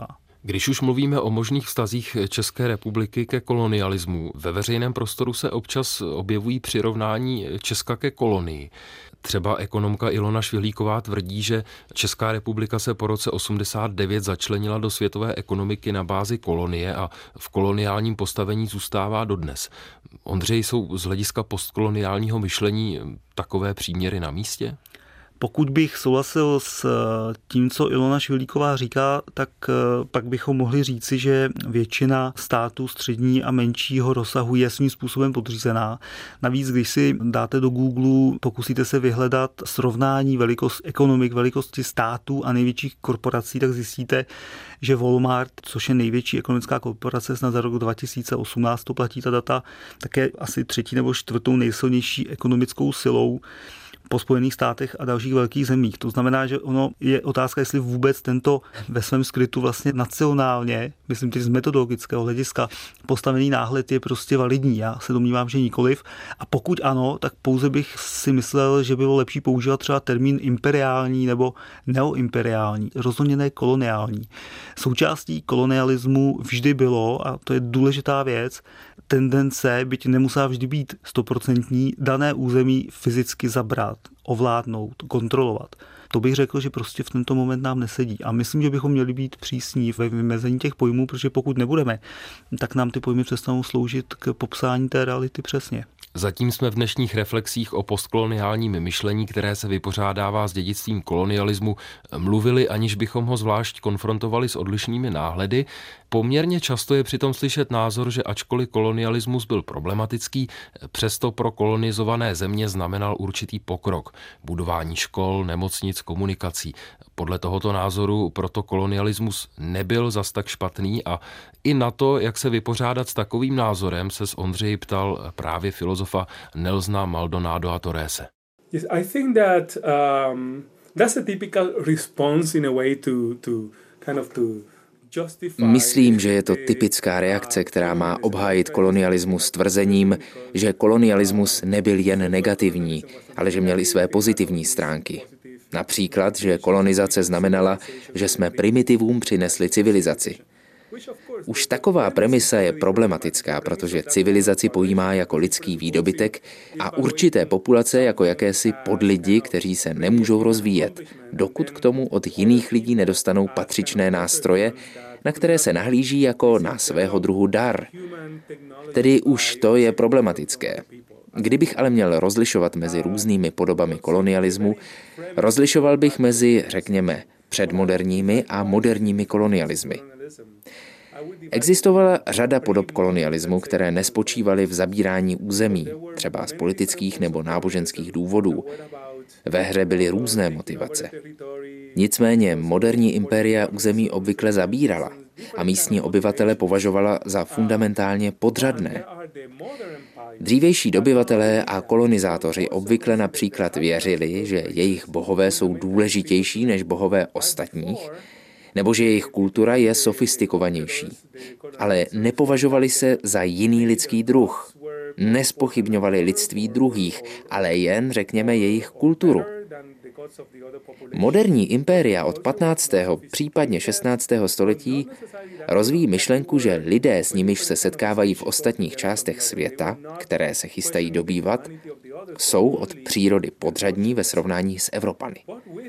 Když už mluvíme o možných vztazích České republiky ke kolonialismu, ve veřejném prostoru se občas objevují přirovnání Česka ke kolonii. Třeba ekonomka Ilona Švihlíková tvrdí, že Česká republika se po roce osmdesát devět začlenila do světové ekonomiky na bázi kolonie a v koloniálním postavení zůstává dodnes. Ondřej, jsou z hlediska postkoloniálního myšlení takové příměry na místě? Pokud bych souhlasil s tím, co Ilona Švihlíková říká, tak pak bychom mohli říci, že většina států střední a menšího rozsahu je svým způsobem podřízená. Navíc, když si dáte do Google, pokusíte se vyhledat srovnání velikost ekonomik, velikosti států a největších korporací, tak zjistíte, že Walmart, což je největší ekonomická korporace snad za rok dva tisíce osmnáct, to platí ta data, tak je asi třetí nebo čtvrtou nejsilnější ekonomickou silou po Spojených státech a dalších velkých zemích. To znamená, že ono je otázka, jestli vůbec tento ve svém skrytu vlastně nacionálně, myslím teď z metodologického hlediska, postavený náhled je prostě validní. Já se domnívám, že nikoliv. A pokud ano, tak pouze bych si myslel, že by bylo lepší používat třeba termín imperiální nebo neoimperiální, rozhodně ne koloniální. Součástí kolonialismu vždy bylo, a to je důležitá věc, tendence, byť nemusela vždy být stoprocentní, dané území fyzicky zabrat, ovládnout, kontrolovat. To bych řekl, že prostě v tento moment nám nesedí. A myslím, že bychom měli být přísní ve vymezení těch pojmů, protože pokud nebudeme, tak nám ty pojmy přestanou sloužit k popsání té reality přesně. Zatím jsme v dnešních reflexích o postkoloniálním myšlení, které se vypořádává s dědictvím kolonialismu, mluvili, aniž bychom ho zvlášť konfrontovali s odlišnými náhledy. Poměrně často je přitom slyšet názor, že ačkoliv kolonialismus byl problematický, přesto pro kolonizované země znamenal určitý pokrok. Budování škol, nemocnic, komunikací. Podle tohoto názoru proto kolonialismus nebyl zas tak špatný a i na to, jak se vypořádat s takovým názorem, se s Ondřeji ptal právě filozofa Nelsona Maldonado Torrese. Yes, I think that um, that's a typical response in a way to to kind of to Myslím, že je to typická reakce, která má obhájit kolonialismus tvrzením, že kolonialismus nebyl jen negativní, ale že měl i své pozitivní stránky. Například, že kolonizace znamenala, že jsme primitivům přinesli civilizaci. Už taková premisa je problematická, protože civilizaci pojímá jako lidský výdobytek a určité populace jako jakési podlidi, kteří se nemůžou rozvíjet, dokud k tomu od jiných lidí nedostanou patřičné nástroje, na které se nahlíží jako na svého druhu dar. Tedy už to je problematické. Kdybych ale měl rozlišovat mezi různými podobami kolonialismu, rozlišoval bych mezi, řekněme, předmoderními a moderními kolonialismy. Existovala řada podob kolonialismu, které nespočívaly v zabírání území, třeba z politických nebo náboženských důvodů. Ve hře byly různé motivace. Nicméně moderní impéria území obvykle zabírala a místní obyvatele považovala za fundamentálně podřadné. Dřívější dobyvatelé a kolonizátoři obvykle například věřili, že jejich bohové jsou důležitější než bohové ostatních, nebo že jejich kultura je sofistikovanější. Ale nepovažovali se za jiný lidský druh. Nespochybňovali lidství druhých, ale jen, řekněme, jejich kulturu. Moderní impéria od patnáctého případně šestnáctého století rozvíjí myšlenku, že lidé, s nimiž se setkávají v ostatních částech světa, které se chystají dobývat, jsou od přírody podřadní ve srovnání s Evropany.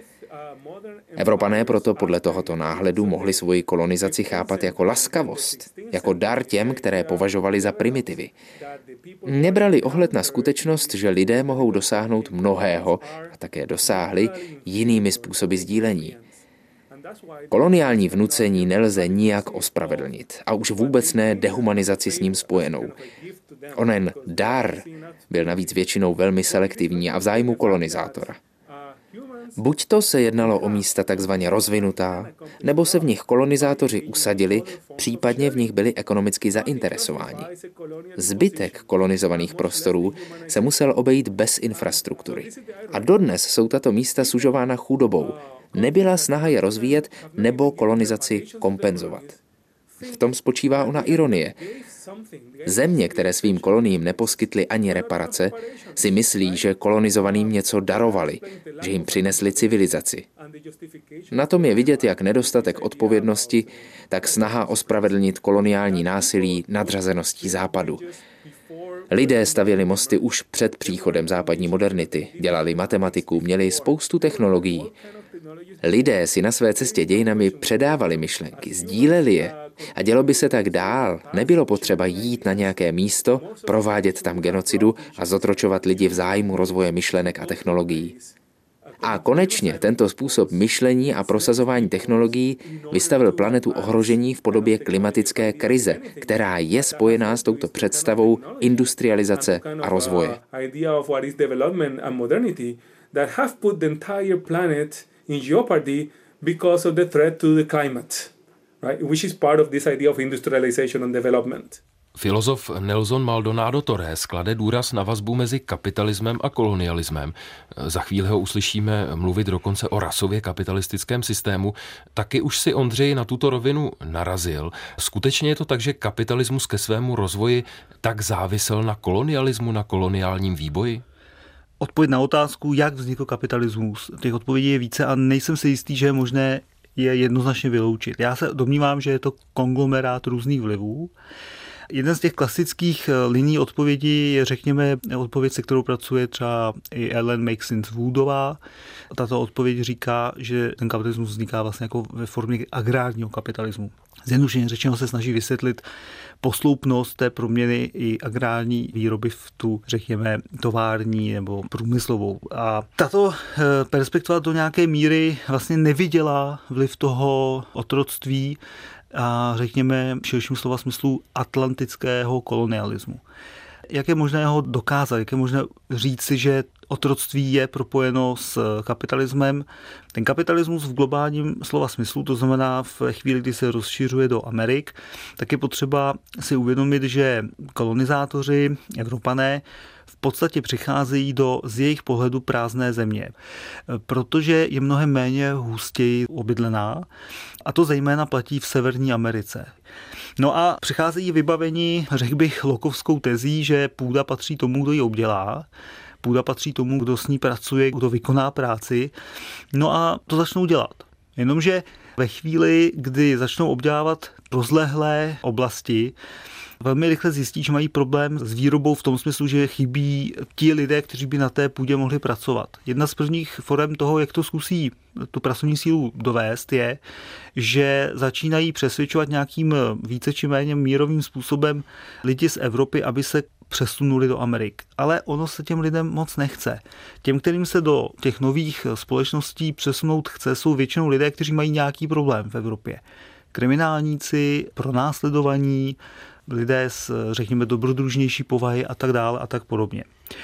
Evropané proto podle tohoto náhledu mohli svoji kolonizaci chápat jako laskavost, jako dar těm, které považovali za primitivy. Nebrali ohled na skutečnost, že lidé mohou dosáhnout mnohého a také dosáhli jinými způsoby sdílení. Koloniální vnucení nelze nijak ospravedlnit a už vůbec ne dehumanizaci s ním spojenou. Onen dar byl navíc většinou velmi selektivní a v zájmu kolonizátora. Buď to se jednalo o místa takzvaně rozvinutá, nebo se v nich kolonizátoři usadili, případně v nich byli ekonomicky zainteresováni. Zbytek kolonizovaných prostorů se musel obejít bez infrastruktury. A dodnes jsou tato místa sužována chudobou. Nebyla snaha je rozvíjet nebo kolonizaci kompenzovat. V tom spočívá ona ironie. Země, které svým koloniím neposkytly ani reparace, si myslí, že kolonizovaným něco darovali, že jim přinesli civilizaci. Na tom je vidět jak nedostatek odpovědnosti, tak snaha ospravedlnit koloniální násilí nadřazeností Západu. Lidé stavěli mosty už před příchodem západní modernity, dělali matematiku, měli spoustu technologií. Lidé si na své cestě dějinami předávali myšlenky, sdíleli je a dělo by se tak dál. Nebylo potřeba jít na nějaké místo, provádět tam genocidu a zotročovat lidi v zájmu rozvoje myšlenek a technologií. A konečně tento způsob myšlení a prosazování technologií vystavil planetu ohrožení v podobě klimatické krize, která je spojená s touto představou industrializace a rozvoje. In jeopardy because of the threat to the climate, right? Which is part of this idea of industrialization and development. Filozof Nelson Maldonado Torres klade důraz na vazbu mezi kapitalismem a kolonialismem. Za chvíli ho uslyšíme mluvit dokonce o rasově kapitalistickém systému. Taky už si Ondřej na tuto rovinu narazil. Skutečně je to tak, že kapitalismus ke svému rozvoji tak závisel na kolonialismu, na koloniálním výboji? Odpověď na otázku, jak vznikl kapitalismus, těch odpovědí je více a nejsem si jistý, že je možné je jednoznačně vyloučit. Já se domnívám, že je to konglomerát různých vlivů. Jeden z těch klasických liní odpovědí je, řekněme, odpověď, se kterou pracuje třeba i Ellen Maxine-Woodová. Tato odpověď říká, že ten kapitalismus vzniká vlastně jako ve formě agrárního kapitalismu. Zjednodušeně řečeno se snaží vysvětlit posloupnost té proměny i agrární výroby v tu, řekněme, tovární nebo průmyslovou. A tato perspektiva do nějaké míry vlastně neviděla vliv toho otroctví a řekněme v širším slova smyslu atlantického kolonialismu. Jak je možné ho dokázat, jak je možné říci, že otroctví je propojeno s kapitalismem. Ten kapitalismus v globálním slova smyslu, to znamená v chvíli, kdy se rozšiřuje do Amerik, tak je potřeba si uvědomit, že kolonizátoři, Evropané, v podstatě přicházejí do z jejich pohledu prázdné země, protože je mnohem méně hustěji obydlená a to zejména platí v Severní Americe. No a přicházejí vybavení, řekl bych, lokovskou tezí, že půda patří tomu, kdo ji obdělá, půda patří tomu, kdo s ní pracuje, kdo vykoná práci, no a to začnou dělat. Jenomže ve chvíli, kdy začnou obdělávat rozlehlé oblasti, velmi rychle zjistí, že mají problém s výrobou v tom smyslu, že chybí ti lidé, kteří by na té půdě mohli pracovat. Jedna z prvních forem toho, jak to zkusí tu pracovní sílu dovést, je, že začínají přesvědčovat nějakým více či méně mírovým způsobem lidi z Evropy, aby se přesunuli do Amerik. Ale ono se těm lidem moc nechce. Těm, kterým se do těch nových společností přesunout chce, jsou většinou lidé, kteří mají nějaký problém v Evropě. Kriminálníci, pronásledovaní, lidé s, řekněme, dobrodružnější povahy a tak dále a tak podobně.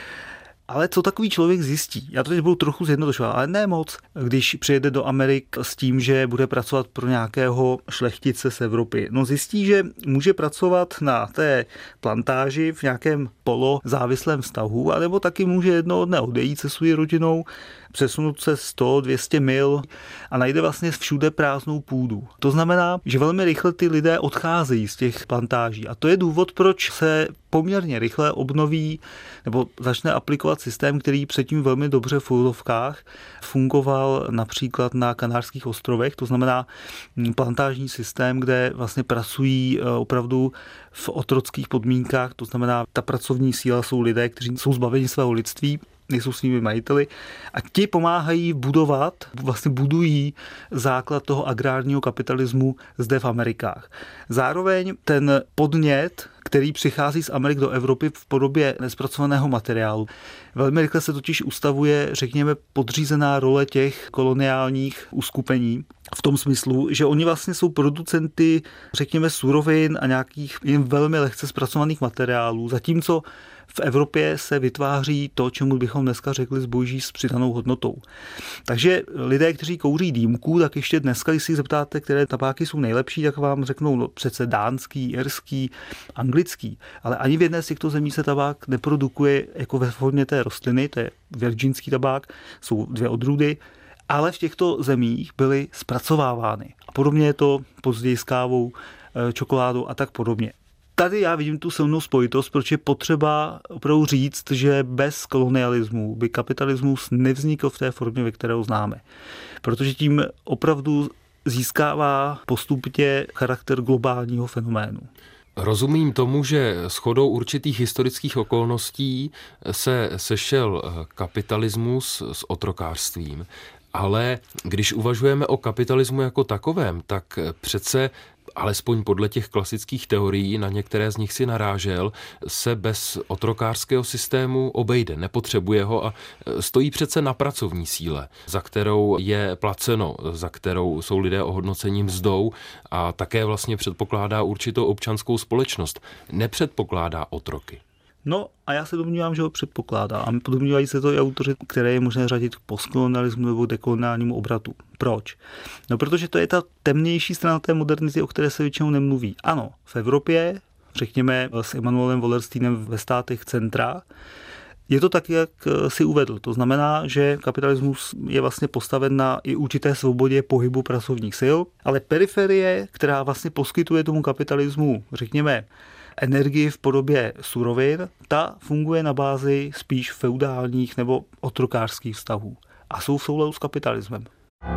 Ale co takový člověk zjistí? Já to teď budu trochu zjednodušovat, ale ne moc, když přijede do Amerik s tím, že bude pracovat pro nějakého šlechtice z Evropy. No zjistí, že může pracovat na té plantáži v nějakém polozávislém vztahu, anebo taky může jednoho dne odejít se svou rodinou, přesunout se sto dvě stě mil a najde vlastně všude prázdnou půdu. To znamená, že velmi rychle ty lidé odcházejí z těch plantáží a to je důvod, proč se poměrně rychle obnoví nebo začne aplikovat systém, který předtím velmi dobře v úvodovkách fungoval například na Kanárských ostrovech, to znamená plantážní systém, kde vlastně pracují opravdu v otrockých podmínkách, to znamená ta pracovní síla jsou lidé, kteří jsou zbaveni svého lidství, nejsou svými majiteli a ti pomáhají budovat, vlastně budují základ toho agrárního kapitalismu zde v Amerikách. Zároveň ten podnět, který přichází z Amerik do Evropy v podobě nespracovaného materiálu. Velmi rychle se totiž ustavuje, řekněme, podřízená role těch koloniálních uskupení v tom smyslu, že oni vlastně jsou producenty, řekněme, surovin a nějakých jen velmi lehce zpracovaných materiálů, zatímco v Evropě se vytváří to, čemu bychom dneska řekli zboží s přidanou hodnotou. Takže lidé, kteří kouří dýmku, tak ještě dneska, když si zeptáte, které tabáky jsou nejlepší, tak vám řeknou no, přece dánský, irský, anglický. Ale ani v jedné z těchto zemí se tabák neprodukuje jako ve formě té rostliny, to je virginský tabák, jsou dvě odrůdy, ale v těchto zemích byly zpracovávány. A podobně je to později s kávou, čokoládou a tak podobně. tady já vidím tu silnou spojitost, protože je potřeba opravdu říct, že bez kolonialismu by kapitalismus nevznikl v té formě, ve které ho známe. Protože tím opravdu získává postupně charakter globálního fenoménu. Rozumím tomu, že shodou určitých historických okolností se sešel kapitalismus s otrokářstvím. Ale když uvažujeme o kapitalismu jako takovém, tak přece, alespoň podle těch klasických teorií, na některé z nich si narážel, se bez otrokářského systému obejde, nepotřebuje ho a stojí přece na pracovní síle, za kterou je placeno, za kterou jsou lidé ohodnoceni mzdou a také vlastně předpokládá určitou občanskou společnost. Nepředpokládá otroky. No a já se domnívám, že ho předpokládá. A domnívají se to i autoři, které je možné řadit k postkolonialismu nebo dekoloniálnímu obratu. Proč? No protože to je ta temnější strana té modernity, o které se většinou nemluví. Ano, v Evropě, řekněme s Emanuelem Wallersteinem ve státech centra, je to tak, jak si uvedl. To znamená, že kapitalismus je vlastně postaven na i určité svobodě pohybu pracovních sil, ale periferie, která vlastně poskytuje tomu kapitalismu, řekněme, energii v podobě surovin, ta funguje na bázi spíš feudálních nebo otrokářských vztahů a jsou v souladu s kapitalismem.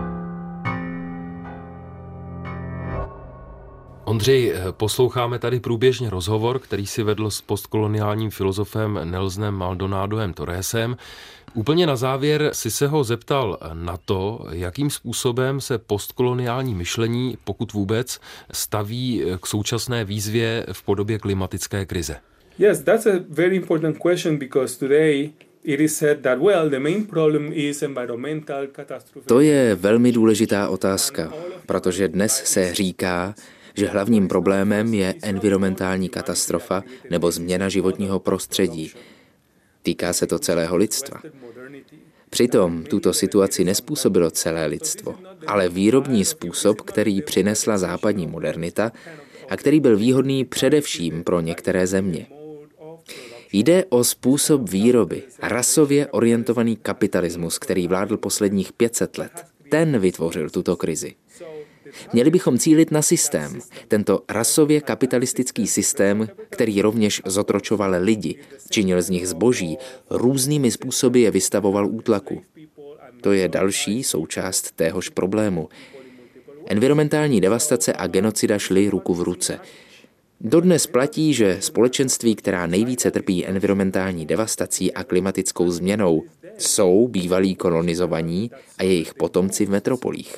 Ondřej, posloucháme tady průběžně rozhovor, který si vedl s postkoloniálním filozofem Nelsonem Maldonadoem Torresem. Úplně na závěr si se ho zeptal na to, jakým způsobem se postkoloniální myšlení, pokud vůbec, staví k současné výzvě v podobě klimatické krize. Yes, that's a very important question because today it is said that well the main problem is environmental catastrophe. To je velmi důležitá otázka, protože dnes se říká, že hlavním problémem je environmentální katastrofa nebo změna životního prostředí. Týká se to celého lidstva. Přitom tuto situaci nezpůsobilo celé lidstvo, ale výrobní způsob, který přinesla západní modernita a který byl výhodný především pro některé země. Jde o způsob výroby, rasově orientovaný kapitalismus, který vládl posledních pět set let. Ten vytvořil tuto krizi. Měli bychom cílit na systém, tento rasově kapitalistický systém, který rovněž zotročoval lidi, činil z nich zboží, různými způsoby je vystavoval útlaku. To je další součást téhož problému. Environmentální devastace a genocida šly ruku v ruce. Dodnes platí, že společenství, která nejvíce trpí environmentální devastací a klimatickou změnou, jsou bývalí kolonizovaní a jejich potomci v metropolích.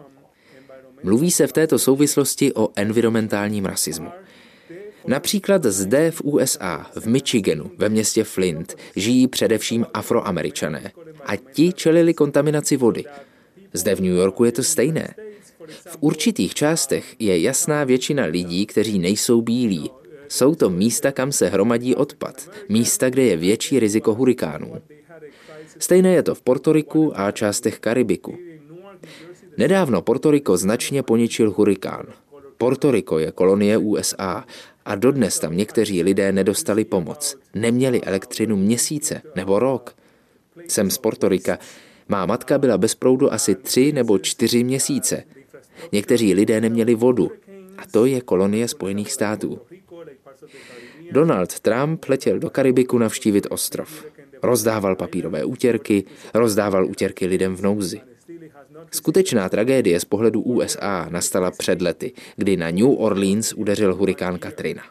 Mluví se v této souvislosti o environmentálním rasismu. Například zde v U S A, v Michiganu, ve městě Flint, žijí především Afroameričané a ti čelili kontaminaci vody. Zde v New Yorku je to stejné. V určitých částech je jasná většina lidí, kteří nejsou bílí. Jsou to místa, kam se hromadí odpad, místa, kde je větší riziko hurikánů. Stejné je to v Portoriku a částech Karibiku. Nedávno Portoriko značně poničil hurikán. Portoriko je kolonie U S A a dodnes tam někteří lidé nedostali pomoc. Neměli elektřinu měsíce nebo rok. Jsem z Portorika. Má matka byla bez proudu asi tři nebo čtyři měsíce. Někteří lidé neměli vodu. A to je kolonie Spojených států. Donald Trump letěl do Karibiku navštívit ostrov. Rozdával papírové útěrky, rozdával útěrky lidem v nouzi. Skutečná tragédie z pohledu U S A nastala před lety, kdy na New Orleans udeřil hurikán Katrina.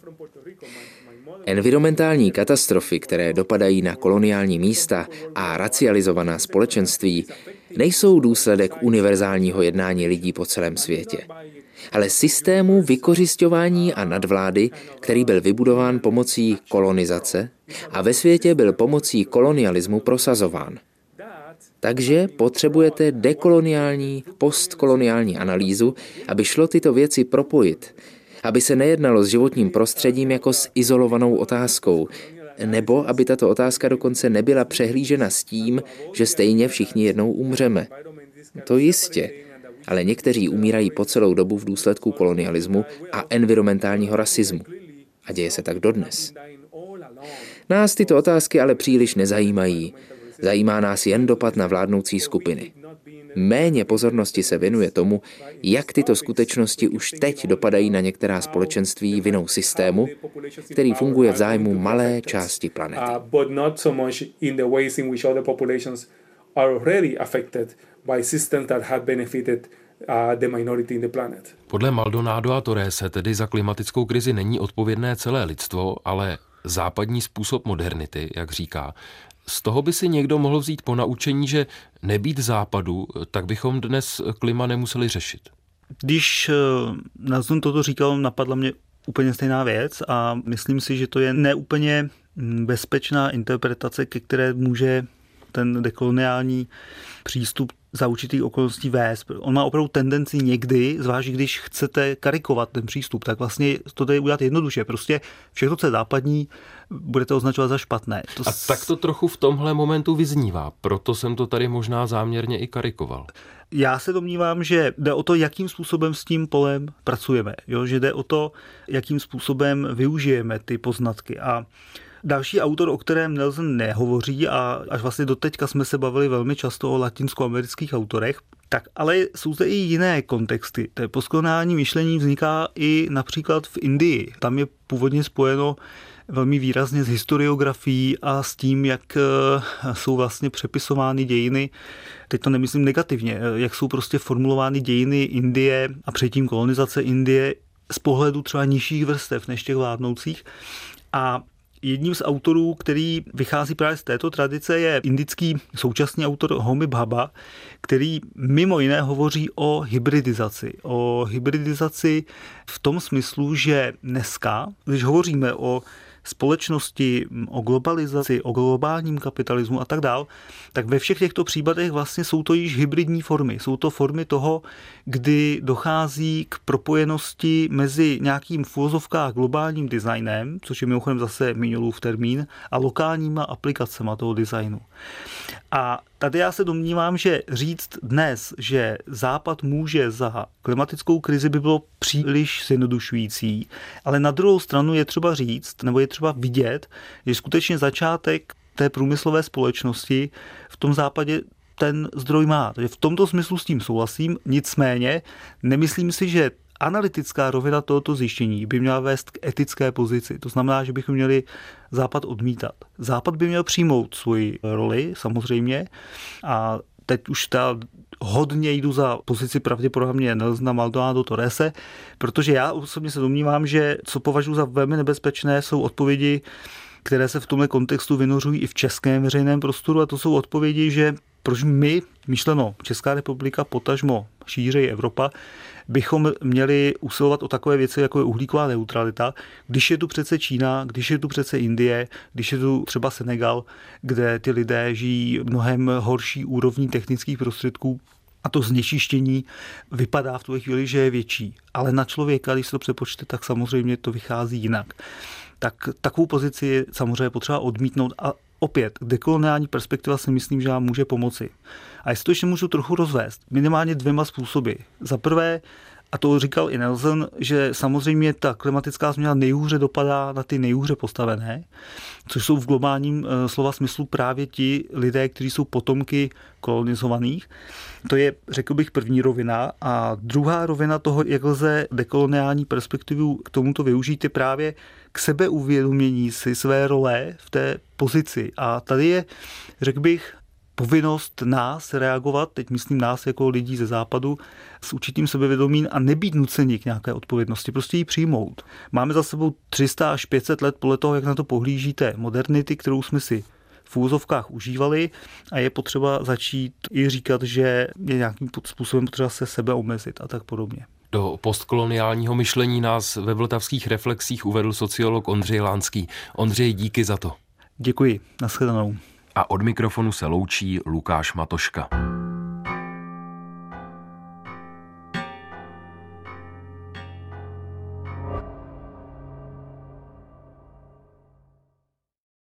Environmentální katastrofy, které dopadají na koloniální místa a racializovaná společenství, nejsou důsledek univerzálního jednání lidí po celém světě, ale systému vykořisťování a nadvlády, který byl vybudován pomocí kolonizace a ve světě byl pomocí kolonialismu prosazován. Takže potřebujete dekoloniální, postkoloniální analýzu, aby šlo tyto věci propojit, aby se nejednalo s životním prostředím jako s izolovanou otázkou, nebo aby tato otázka dokonce nebyla přehlížena s tím, že stejně všichni jednou umřeme. To jistě, ale někteří umírají po celou dobu v důsledku kolonialismu a environmentálního rasismu. A děje se tak dodnes. Nás tyto otázky ale příliš nezajímají. Zajímá nás jen dopad na vládnoucí skupiny. Méně pozornosti se věnuje tomu, jak tyto skutečnosti už teď dopadají na některá společenství vinou systému, který funguje v zájmu malé části planety. Podle Maldonado a Torrese tedy za klimatickou krizi není odpovědné celé lidstvo, ale západní způsob modernity, jak říká. Z toho by si někdo mohl vzít ponaučení, že nebýt západu, tak bychom dnes klima nemuseli řešit. Když Nelson toto říkal, napadla mě úplně stejná věc a myslím si, že to je neúplně bezpečná interpretace, ke které může ten dekoloniální přístup za určitých okolností vést. On má opravdu tendenci někdy, zvlášť když chcete karikovat ten přístup, tak vlastně to jde udělat jednoduše. Prostě všechno, co je západní, budete označovat za špatné. To A s... tak to trochu v tomhle momentu vyznívá, proto jsem to tady možná záměrně i karikoval. Já se domnívám, že jde o to, jakým způsobem s tím polem pracujeme. Jo? Že jde o to, jakým způsobem využijeme ty poznatky. A další autor, o kterém Nelson nehovoří, a až vlastně doteďka jsme se bavili velmi často o latinskoamerických autorech, tak ale jsou zde i jiné kontexty. To postkoloniální myšlení vzniká i například v Indii. Tam je původně spojeno velmi výrazně s historiografií a s tím, jak jsou vlastně přepisovány dějiny, teď to nemyslím negativně, jak jsou prostě formulovány dějiny Indie a předtím kolonizace Indie z pohledu třeba nižších vrstev než těch vládnoucích. A jedním z autorů, který vychází právě z této tradice, je indický současný autor Homi Bhabha, který mimo jiné hovoří o hybridizaci. O hybridizaci v tom smyslu, že dneska, když hovoříme o společnosti, o globalizaci, o globálním kapitalismu a tak dál, tak ve všech těchto případech vlastně jsou to již hybridní formy. Jsou to formy toho, kdy dochází k propojenosti mezi nějakým v uvozovkách globálním designem, což je mimochodem zase Mignolův termín, a lokálníma aplikacemi toho designu. A tady já se domnívám, že říct dnes, že Západ může za klimatickou krizi, by bylo příliš zjednodušující, ale na druhou stranu je třeba říct, nebo je třeba vidět, že skutečně začátek té průmyslové společnosti v tom Západě ten zdroj má. Takže v tomto smyslu s tím souhlasím, nicméně nemyslím si, že analytická rovina tohoto zjištění by měla vést k etické pozici. To znamená, že bychom měli Západ odmítat. Západ by měl přijmout svoji roli, samozřejmě, a teď už ta hodně jdu za pozici pravděpodobně Nelsona, Maldonado, Torrese, protože já osobně se domnívám, že co považuji za velmi nebezpečné, jsou odpovědi, které se v tomhle kontextu vynořují i v českém veřejném prostoru, a to jsou odpovědi, že proč my, myšleno Česká republika, potažmo šířeji Evropa, bychom měli usilovat o takové věci, jako je uhlíková neutralita, když je tu přece Čína, když je tu přece Indie, když je tu třeba Senegal, kde ty lidé žijí mnohem horší úrovní technických prostředků a to znečištění vypadá v tu chvíli, že je větší. Ale na člověka, když se to přepočte, tak samozřejmě to vychází jinak. Tak takovou pozici je samozřejmě potřeba odmítnout a opět, dekoloniální perspektiva si myslím, že nám může pomoci. A jestli to ještě můžu trochu rozvést, minimálně dvěma způsoby. Za prvé, a to říkal i Nelson, že samozřejmě ta klimatická změna nejhůře dopadá na ty nejhůře postavené, což jsou v globálním slova smyslu právě ti lidé, kteří jsou potomky kolonizovaných. To je, řekl bych, první rovina. A druhá rovina toho, jak lze dekoloniální perspektivu k tomuto využít, je právě k sebeuvědomění si své role v té pozici. A tady je, řekl bych, povinnost nás reagovat, teď myslím nás jako lidí ze západu, s určitým sebevědomím a nebýt nuceni k nějaké odpovědnosti, prostě ji přijmout. Máme za sebou tři sta až pět set let podle toho, jak na to pohlížíte, modernity, kterou jsme si v úvozovkách užívali, a je potřeba začít i říkat, že je nějakým způsobem potřeba se sebe omezit a tak podobně. Do postkoloniálního myšlení nás ve Vltavských reflexích uvedl sociolog Ondřej Lánský. Ondřej, díky za to. Děkuji, nashledanou. A od mikrofonu se loučí Lukáš Matoška.